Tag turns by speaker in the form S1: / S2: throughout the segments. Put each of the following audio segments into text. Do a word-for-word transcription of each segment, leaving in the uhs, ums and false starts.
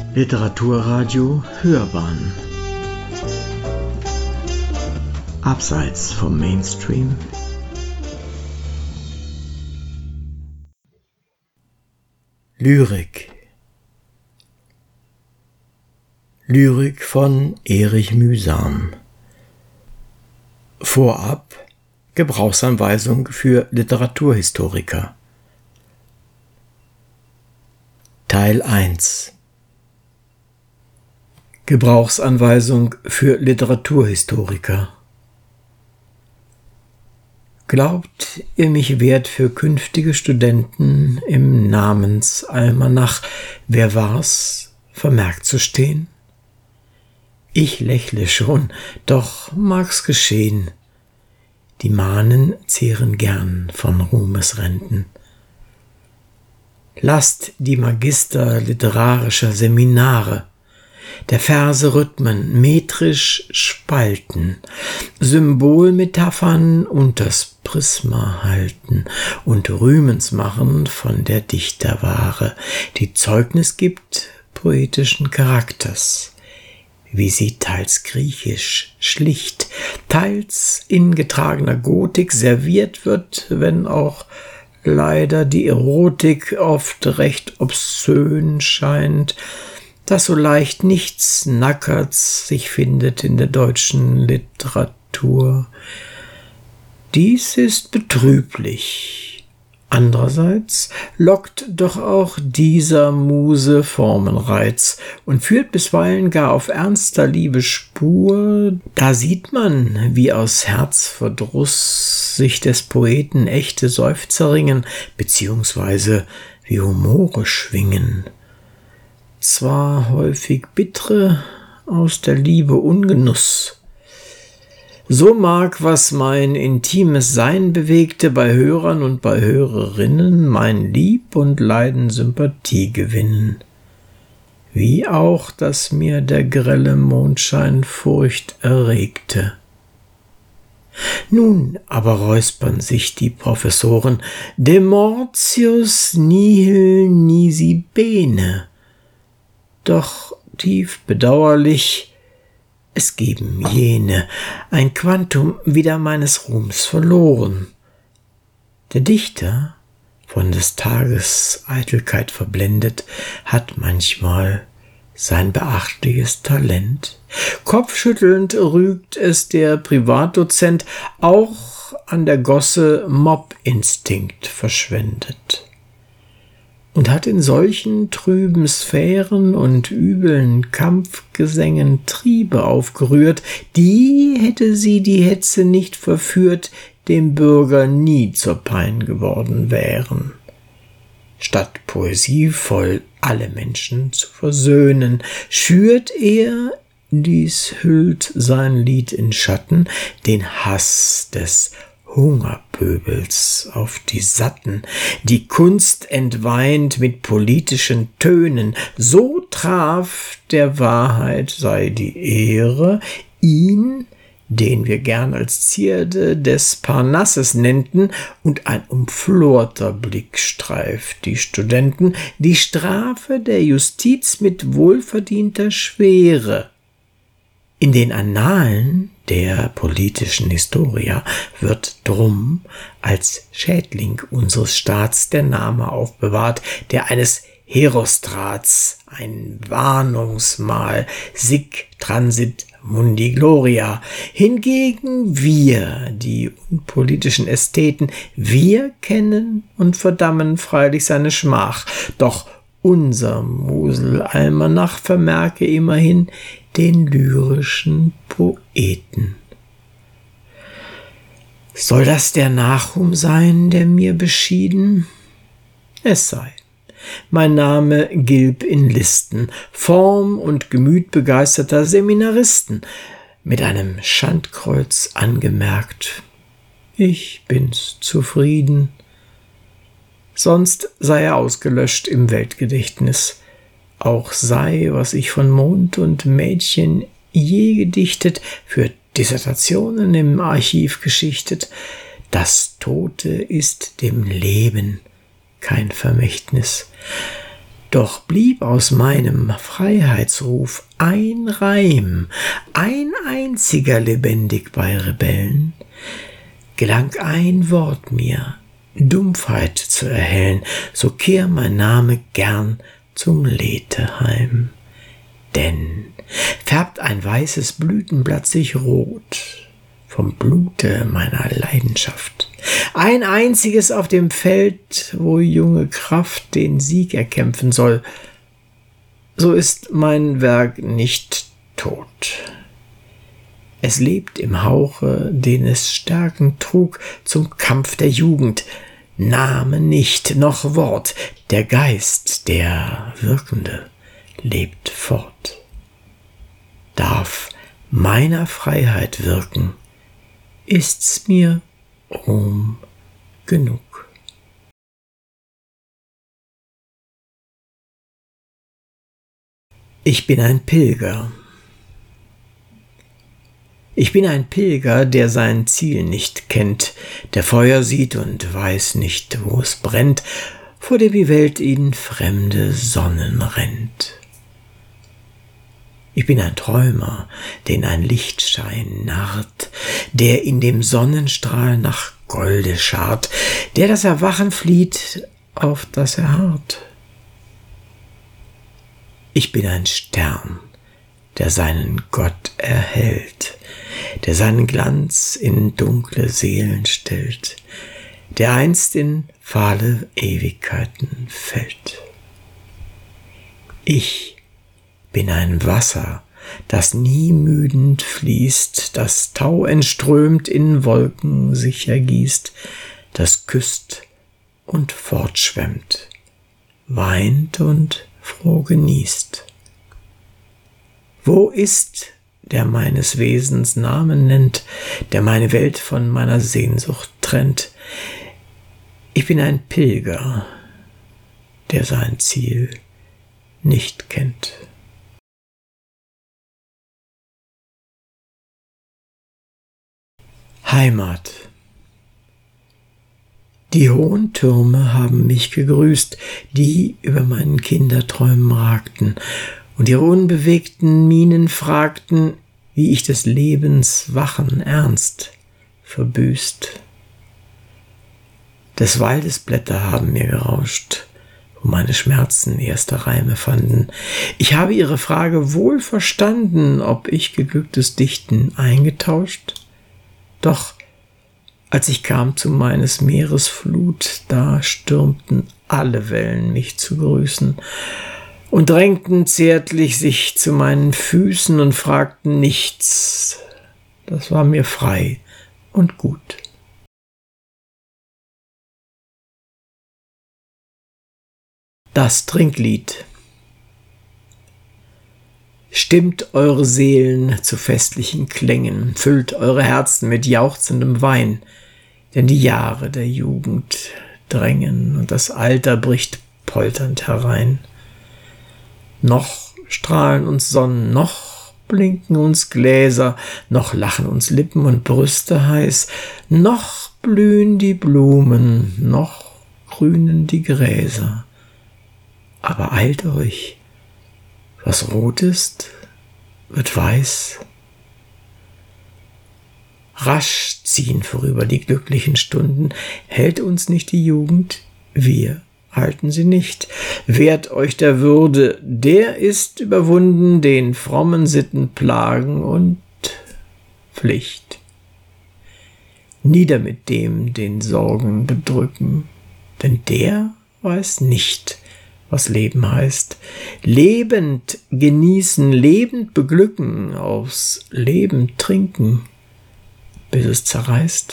S1: Literaturradio Hörbahn Abseits vom Mainstream. Lyrik. Lyrik von Erich Mühsam. Vorab Gebrauchsanweisung für Literaturhistoriker. Teil eins. Gebrauchsanweisung für Literaturhistoriker. Glaubt ihr mich wert für künftige Studenten im Namensalmanach Wer war's vermerkt zu stehen? Ich lächle schon, doch mag's geschehen. Die Mahnen zehren gern von Ruhmesrenten. Lasst die Magister literarischer Seminare der Verse Rhythmen metrisch spalten, Symbolmetaphern unters Prisma halten und Rühmens machen von der Dichterware, die Zeugnis gibt poetischen Charakters, wie sie teils griechisch schlicht, teils in getragener Gotik serviert wird, wenn auch leider die Erotik oft recht obszön scheint, dass so leicht nichts Nackerts sich findet in der deutschen Literatur. Dies ist betrüblich. Andererseits lockt doch auch dieser Muse Formenreiz und führt bisweilen gar auf ernster Liebe Spur. Da sieht man, wie aus Herzverdruss sich des Poeten echte Seufzer ringen, beziehungsweise wie Humore schwingen. Zwar häufig bittere, aus der Liebe Ungenuss. So mag, was mein intimes Sein bewegte, bei Hörern und bei Hörerinnen mein Lieb und Leiden Sympathie gewinnen. Wie auch, dass mir der grelle Mondschein Furcht erregte. Nun aber räuspern sich die Professoren, de mortius nihil nisi bene. Doch tief bedauerlich, es geben jene ein Quantum wieder meines Ruhms verloren. Der Dichter, von des Tages Eitelkeit verblendet, hat manchmal sein beachtliches Talent. Kopfschüttelnd rügt es der Privatdozent, auch an der Gosse Mob-Instinkt verschwendet. Und hat in solchen trüben Sphären und übeln Kampfgesängen Triebe aufgerührt, die, hätte sie die Hetze nicht verführt, dem Bürger nie zur Pein geworden wären. Statt poesievoll alle Menschen zu versöhnen, schürt er, dies hüllt sein Lied in Schatten, den Hass des Hungerpöbels auf die Satten, die Kunst entweint mit politischen Tönen, so traf, der Wahrheit sei die Ehre, ihn, den wir gern als Zierde des Parnasses nennten, und ein umflorter Blick streift die Studenten, die Strafe der Justiz mit wohlverdienter Schwere. In den Annalen der politischen Historia wird drum als Schädling unseres Staats der Name aufbewahrt, der eines Herostrats, ein Warnungsmal, sic transit mundi gloria. Hingegen wir, die unpolitischen Ästheten, wir kennen und verdammen freilich seine Schmach, doch unser Muselalmanach vermerke immerhin den lyrischen Poeten. Soll das der Nachruhm sein, der mir beschieden? Es sei. Mein Name gilb in Listen, Form und Gemüt begeisterter Seminaristen, mit einem Schandkreuz angemerkt. Ich bin's zufrieden. Sonst sei er ausgelöscht im Weltgedächtnis. Auch sei, was ich von Mond und Mädchen je gedichtet, für Dissertationen im Archiv geschichtet. Das Tote ist dem Leben kein Vermächtnis. Doch blieb aus meinem Freiheitsruf ein Reim, ein einziger lebendig bei Rebellen, gelang ein Wort mir, Dumpfheit zu erhellen, so kehr mein Name gern zum Lethe heim. Denn färbt ein weißes Blütenblatt sich rot vom Blute meiner Leidenschaft, ein einziges auf dem Feld, wo junge Kraft den Sieg erkämpfen soll, so ist mein Werk nicht tot. Es lebt im Hauche, den es stärken trug zum Kampf der Jugend, Name nicht noch Wort, der Geist, der Wirkende, lebt fort. Darf meiner Freiheit wirken, ist's mir Ruhm genug. Ich bin ein Pilger. Ich bin ein Pilger, der sein Ziel nicht kennt, der Feuer sieht und weiß nicht, wo es brennt, vor dem die Welt in fremde Sonnen rennt. Ich bin ein Träumer, den ein Lichtschein narrt, der in dem Sonnenstrahl nach Golde scharrt, der das Erwachen flieht, auf das er harrt. Ich bin ein Stern, der seinen Gott erhält, der seinen Glanz in dunkle Seelen stellt, der einst in fahle Ewigkeiten fällt. Ich bin ein Wasser, das nie müdend fließt, das Tau entströmt in Wolken sich ergießt, das küsst und fortschwemmt, weint und froh genießt. Wo ist, der meines Wesens Namen nennt, der meine Welt von meiner Sehnsucht trennt? Ich bin ein Pilger, der sein Ziel nicht kennt. Heimat. Die hohen Türme haben mich gegrüßt, die über meinen Kinderträumen ragten, und ihre unbewegten Mienen fragten, wie ich des Lebens wachen Ernst verbüßt. Des Waldes Blätter haben mir gerauscht, wo meine Schmerzen erste Reime fanden. Ich habe ihre Frage wohl verstanden, ob ich geglücktes Dichten eingetauscht. Doch als ich kam zu meines Meeres Flut, da stürmten alle Wellen mich zu grüßen und drängten zärtlich sich zu meinen Füßen und fragten nichts. Das war mir frei und gut. Das Trinklied. Stimmt eure Seelen zu festlichen Klängen, füllt eure Herzen mit jauchzendem Wein, denn die Jahre der Jugend drängen und das Alter bricht polternd herein. Noch strahlen uns Sonnen, noch blinken uns Gläser, noch lachen uns Lippen und Brüste heiß, noch blühen die Blumen, noch grünen die Gräser. Aber eilt euch, was rot ist, wird weiß. Rasch ziehen vorüber die glücklichen Stunden. Hält uns nicht die Jugend? Wir halten sie nicht. Wehrt euch der Würde, der ist überwunden den frommen Sitten Plagen und Pflicht. Nieder mit dem den Sorgen bedrücken, denn der weiß nicht, was Leben heißt. Lebend genießen, lebend beglücken, aufs Leben trinken, bis es zerreißt.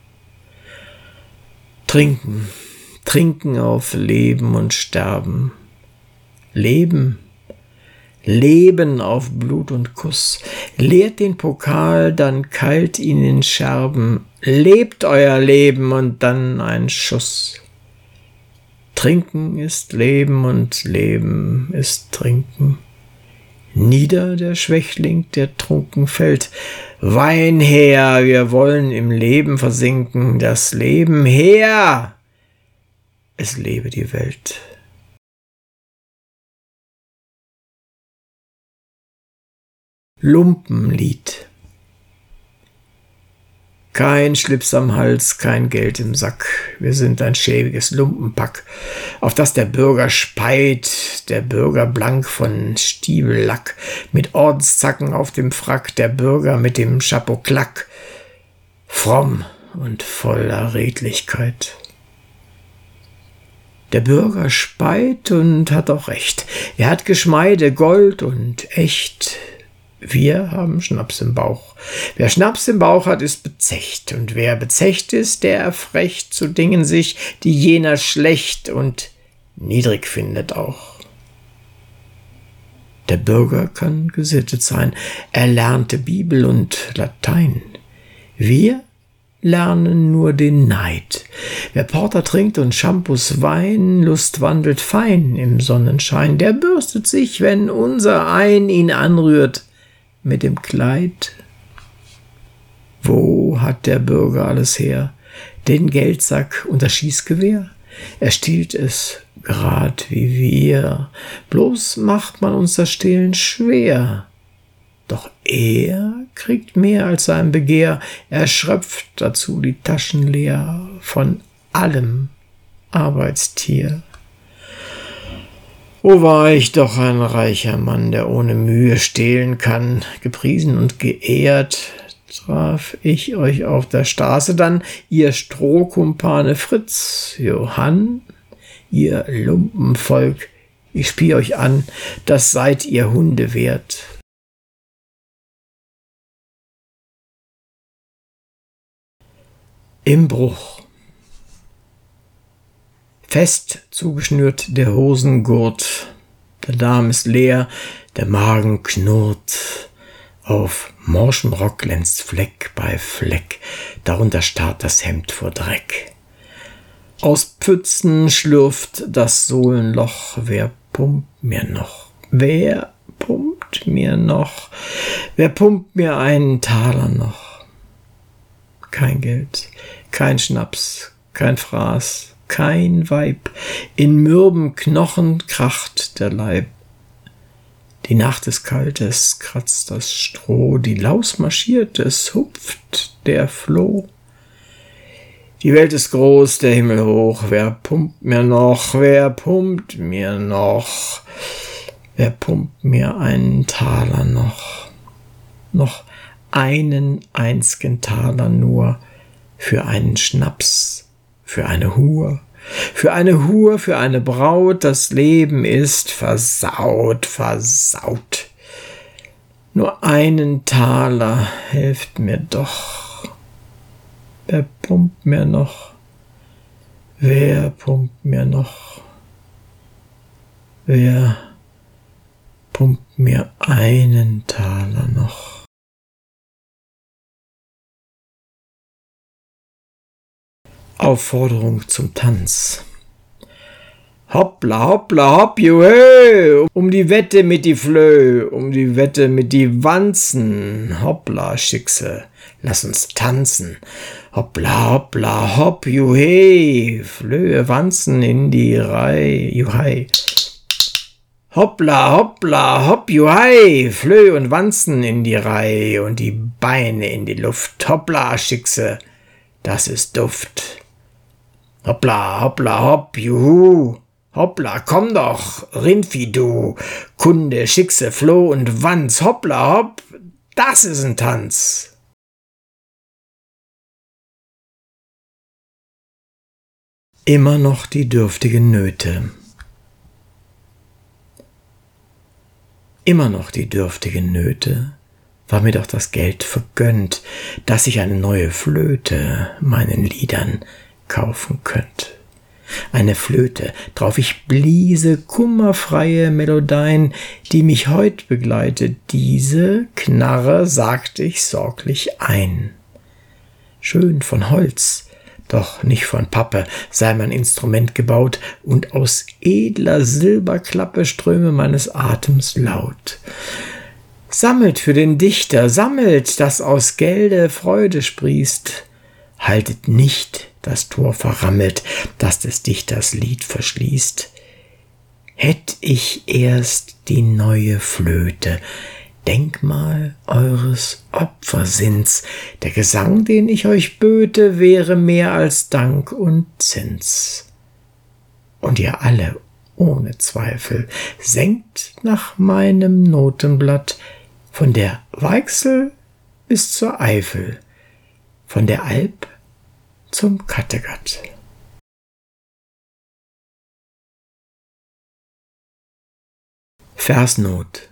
S1: Trinken, trinken auf Leben und Sterben. Leben, Leben auf Blut und Kuss. Leert den Pokal, dann keilt ihn in Scherben. Lebt euer Leben und dann ein Schuss. Trinken ist Leben und Leben ist Trinken. Nieder der Schwächling, der trunken fällt. Wein her, wir wollen im Leben versinken. Das Leben her, es lebe die Welt. Lumpenlied. Kein Schlips am Hals, kein Geld im Sack. Wir sind ein schäbiges Lumpenpack, auf das der Bürger speit, der Bürger blank von Stiebellack, mit Ordenszacken auf dem Frack, der Bürger mit dem Chapeau-Clack, fromm und voller Redlichkeit. Der Bürger speit und hat auch recht. Er hat Geschmeide, Gold und echt. Wir haben Schnaps im Bauch. Wer Schnaps im Bauch hat, ist bezecht. Und wer bezecht ist, der erfrecht zu Dingen sich, die jener schlecht und niedrig findet auch. Der Bürger kann gesittet sein. Er lernte Bibel und Latein. Wir lernen nur den Neid. Wer Porter trinkt und Shampoos Wein, Lust wandelt fein im Sonnenschein. Der bürstet sich, wenn unser ein ihn anrührt, mit dem Kleid. Wo hat der Bürger alles her? Den Geldsack und das Schießgewehr? Er stiehlt es, grad wie wir. Bloß macht man uns das Stehlen schwer. Doch er kriegt mehr als sein Begehr. Er schröpft dazu die Taschen leer von allem Arbeitstier. O war ich doch ein reicher Mann, der ohne Mühe stehlen kann, gepriesen und geehrt, traf ich euch auf der Straße dann, ihr Strohkumpane Fritz, Johann, ihr Lumpenvolk, ich spie euch an, das seid ihr Hunde wert. Im Bruch. Fest zugeschnürt der Hosengurt, der Darm ist leer, der Magen knurrt, auf morschem Rock glänzt Fleck bei Fleck, darunter starrt das Hemd vor Dreck. Aus Pfützen schlürft das Sohlenloch, wer pumpt mir noch? Wer pumpt mir noch? Wer pumpt mir einen Taler noch? Kein Geld, kein Schnaps, kein Fraß, kein Weib, in mürben Knochen kracht der Leib. Die Nacht ist kalt, es kratzt das Stroh, die Laus marschiert, es hupft der Floh. Die Welt ist groß, der Himmel hoch, wer pumpt mir noch, wer pumpt mir noch, wer pumpt mir einen Taler noch, noch einen einzigen Taler nur, für einen Schnaps, für eine Hur, für eine Hur, für eine Braut, das Leben ist versaut, versaut. Nur einen Taler, helft mir doch. Wer pumpt mir noch? Wer pumpt mir noch? Wer pumpt mir einen Taler noch? Aufforderung zum Tanz. Hoppla, hoppla, hopp, juhö, um die Wette mit die Flö, um die Wette mit die Wanzen. Hoppla, Schickse, lass uns tanzen. Hoppla, hoppla, hopp, juhé, Flöhe, Wanzen in die Reihe, juhei. Hoppla, hoppla, hopp, juhei, Flöhe und Wanzen in die Reihe und die Beine in die Luft. Hoppla, Schickse, das ist Duft. Hoppla, hoppla, hopp, juhu. Hoppla, komm doch, Rindvieh, du. Kunde, Schickse, Floh und Wanz. Hoppla, hopp, das ist ein Tanz. Immer noch die dürftigen Nöte. Immer noch die dürftigen Nöte. War mir doch das Geld vergönnt, dass ich eine neue Flöte meinen Liedern kaufen könnt. Eine Flöte, drauf ich bliese kummerfreie Melodien, die mich heut begleitet, diese Knarre sagte ich sorglich ein. Schön von Holz, doch nicht von Pappe, sei mein Instrument gebaut, und aus edler Silberklappe ströme meines Atems laut. Sammelt für den Dichter, sammelt, dass aus Gelde Freude sprießt, haltet nicht das Tor verrammelt, das des Dichters Lied verschließt. Hätt ich erst die neue Flöte, Denkmal eures Opfersinns. Der Gesang, den ich euch böte, wäre mehr als Dank und Zins. Und ihr alle, ohne Zweifel, senkt nach meinem Notenblatt von der Weichsel bis zur Eifel, von der Alp zum Kattegat. Versnot.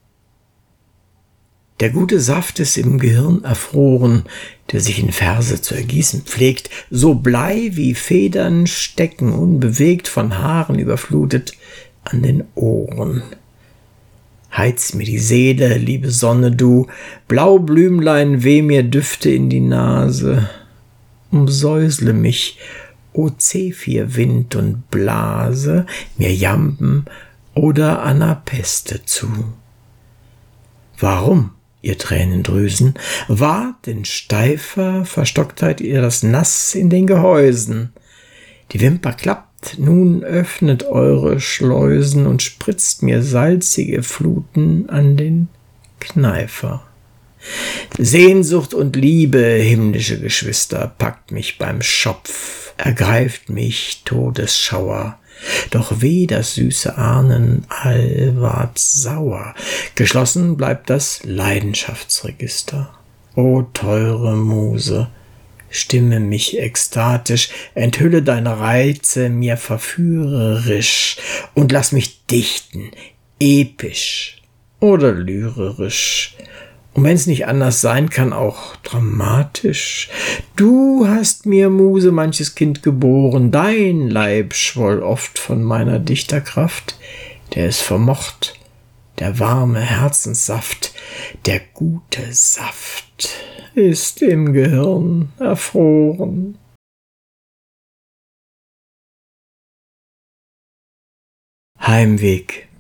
S1: Der gute Saft ist im Gehirn erfroren, der sich in Verse zu ergießen pflegt, so Blei wie Federn stecken, unbewegt von Haaren überflutet, an den Ohren. Heiz mir die Seele, liebe Sonne, du, Blaublümlein, weh mir Düfte in die Nase, umsäusle mich, o Zephyrwind, und blase mir Jamben oder Anapeste zu. Warum, ihr Tränendrüsen, wart in steifer Verstocktheit ihr das Nass in den Gehäusen? Die Wimper klappt, nun öffnet eure Schleusen und spritzt mir salzige Fluten an den Kneifer. Sehnsucht und Liebe, himmlische Geschwister, packt mich beim Schopf, ergreift mich Todesschauer. Doch weh das süße Ahnen, all ward sauer. Geschlossen bleibt das Leidenschaftsregister. O teure Muse, stimme mich ekstatisch, enthülle deine Reize mir verführerisch und lass mich dichten, episch oder lyrisch. Und wenn's nicht anders sein kann, auch dramatisch. Du hast mir, Muse, manches Kind geboren, dein Leib schwoll oft von meiner Dichterkraft, der es vermocht, der warme Herzenssaft, der gute Saft ist im Gehirn erfroren. Heimweg.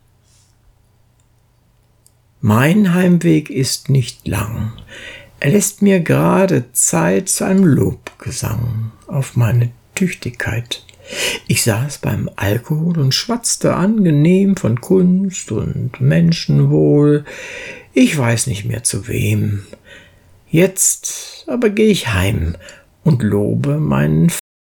S1: Mein Heimweg ist nicht lang, er lässt mir gerade Zeit zu einem Lobgesang auf meine Tüchtigkeit. Ich saß beim Alkohol und schwatzte angenehm von Kunst und Menschenwohl, ich weiß nicht mehr zu wem. Jetzt aber geh ich heim und lobe meinen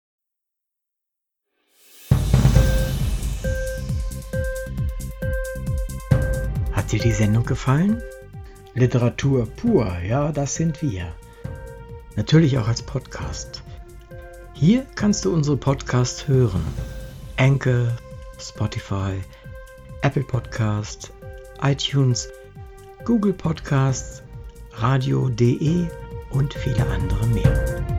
S1: Hat dir die Sendung gefallen? Literatur pur, ja, das sind wir. Natürlich auch als Podcast. Hier kannst du unsere Podcasts hören. Anchor, Spotify, Apple Podcast, iTunes, Google Podcasts, radio punkt de und viele andere mehr.